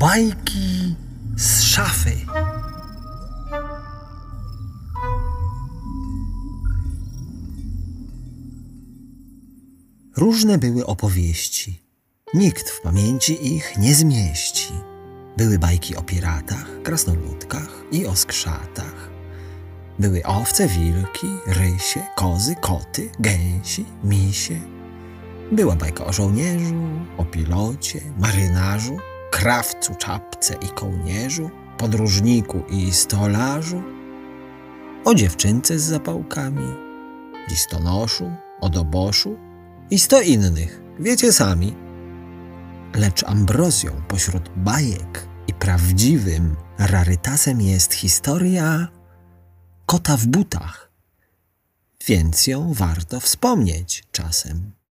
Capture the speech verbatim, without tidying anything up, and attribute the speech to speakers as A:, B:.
A: Bajki z szafy. Różne były opowieści. Nikt w pamięci ich nie zmieści. Były bajki o piratach, krasnoludkach i o skrzatach. Były owce, wilki, rysie, kozy, koty, gęsi, misie. Była bajka o żołnierzu, o pilocie, marynarzu, krawcu, czapce i kołnierzu, podróżniku i stolarzu, o dziewczynce z zapałkami, listonoszu, o doboszu i sto innych, wiecie sami. Lecz ambrozją pośród bajek i prawdziwym rarytasem jest historia kota w butach, więc ją warto wspomnieć czasem.